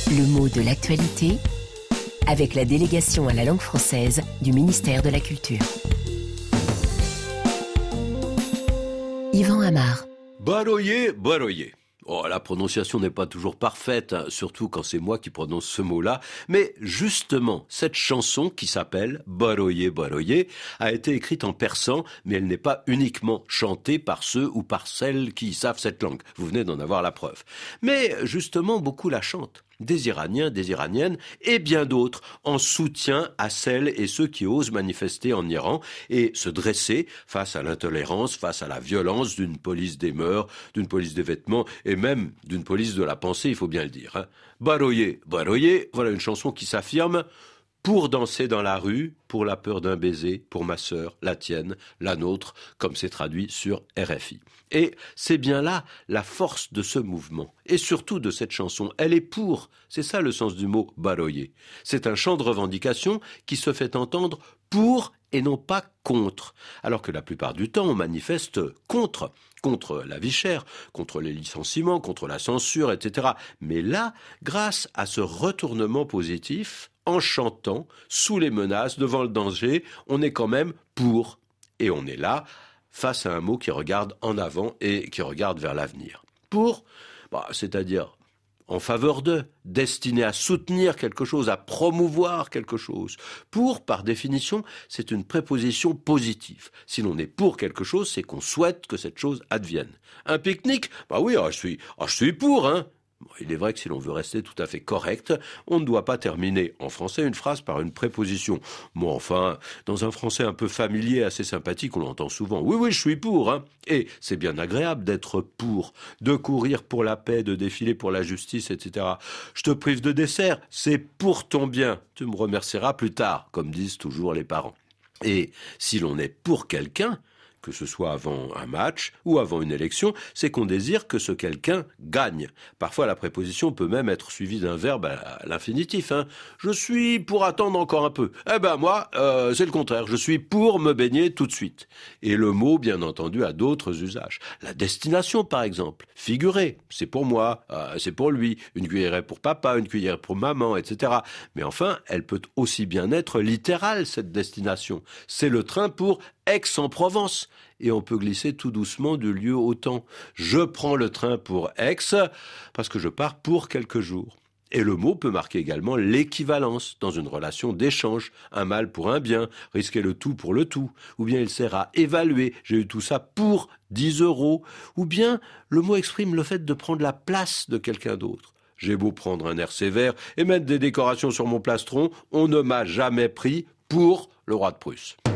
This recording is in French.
Le mot de l'actualité avec la délégation à la langue française du ministère de la Culture. Yvan Amar. Baroyer, baroyer. Oh, la prononciation n'est pas toujours parfaite, hein, surtout quand c'est moi qui prononce ce mot-là. Mais justement, cette chanson qui s'appelle Baroyer, baroyer a été écrite en persan, mais elle n'est pas uniquement chantée par ceux ou par celles qui savent cette langue. Vous venez d'en avoir la preuve. Mais justement, beaucoup la chantent. Des Iraniens, des Iraniennes et bien d'autres en soutien à celles et ceux qui osent manifester en Iran et se dresser face à l'intolérance, face à la violence d'une police des mœurs, d'une police des vêtements et même d'une police de la pensée, il faut bien le dire. Hein. Baroyer, baroyer, voilà une chanson qui s'affirme pour danser dans la rue, pour la peur d'un baiser, pour ma sœur, la tienne, la nôtre, comme c'est traduit sur RFI. Et c'est bien là la force de ce mouvement, et surtout de cette chanson. Elle est pour, c'est ça le sens du mot baroyer. C'est un chant de revendication qui se fait entendre pour et non pas contre, alors que la plupart du temps on manifeste contre la vie chère, contre les licenciements, contre la censure, etc. Mais là, grâce à ce retournement positif, en chantant, sous les menaces, devant le danger, on est quand même pour. Et on est là, face à un mot qui regarde en avant et qui regarde vers l'avenir. Pour, c'est-à-dire en faveur d'eux, destiné à soutenir quelque chose, à promouvoir quelque chose. Pour, par définition, c'est une préposition positive. Si l'on est pour quelque chose, c'est qu'on souhaite que cette chose advienne. Un pique-nique, je suis pour, hein. Il est vrai que si l'on veut rester tout à fait correct, on ne doit pas terminer en français une phrase par une préposition. Moi, enfin, dans un français un peu familier, assez sympathique, on l'entend souvent. Oui, je suis pour, hein. Et c'est bien agréable d'être pour, de courir pour la paix, de défiler pour la justice, etc. Je te prive de dessert, c'est pour ton bien. Tu me remercieras plus tard, comme disent toujours les parents. Et si l'on est pour quelqu'un, que ce soit avant un match ou avant une élection, c'est qu'on désire que ce quelqu'un gagne. Parfois, la préposition peut même être suivie d'un verbe à l'infinitif. Hein. Je suis pour attendre encore un peu. Moi, c'est le contraire. Je suis pour me baigner tout de suite. Et le mot, bien entendu, a d'autres usages. La destination, par exemple. Figurer, c'est pour moi, c'est pour lui. Une cuillère pour papa, une cuillère pour maman, etc. Mais enfin, elle peut aussi bien être littérale, cette destination. C'est le train pour Aix-en-Provence. Et on peut glisser tout doucement du lieu au temps. Je prends le train pour Aix parce que je pars pour quelques jours. Et le mot peut marquer également l'équivalence dans une relation d'échange. Un mal pour un bien, risquer le tout pour le tout. Ou bien il sert à évaluer. J'ai eu tout ça pour 10 €. Ou bien le mot exprime le fait de prendre la place de quelqu'un d'autre. J'ai beau prendre un air sévère et mettre des décorations sur mon plastron, on ne m'a jamais pris pour le roi de Prusse.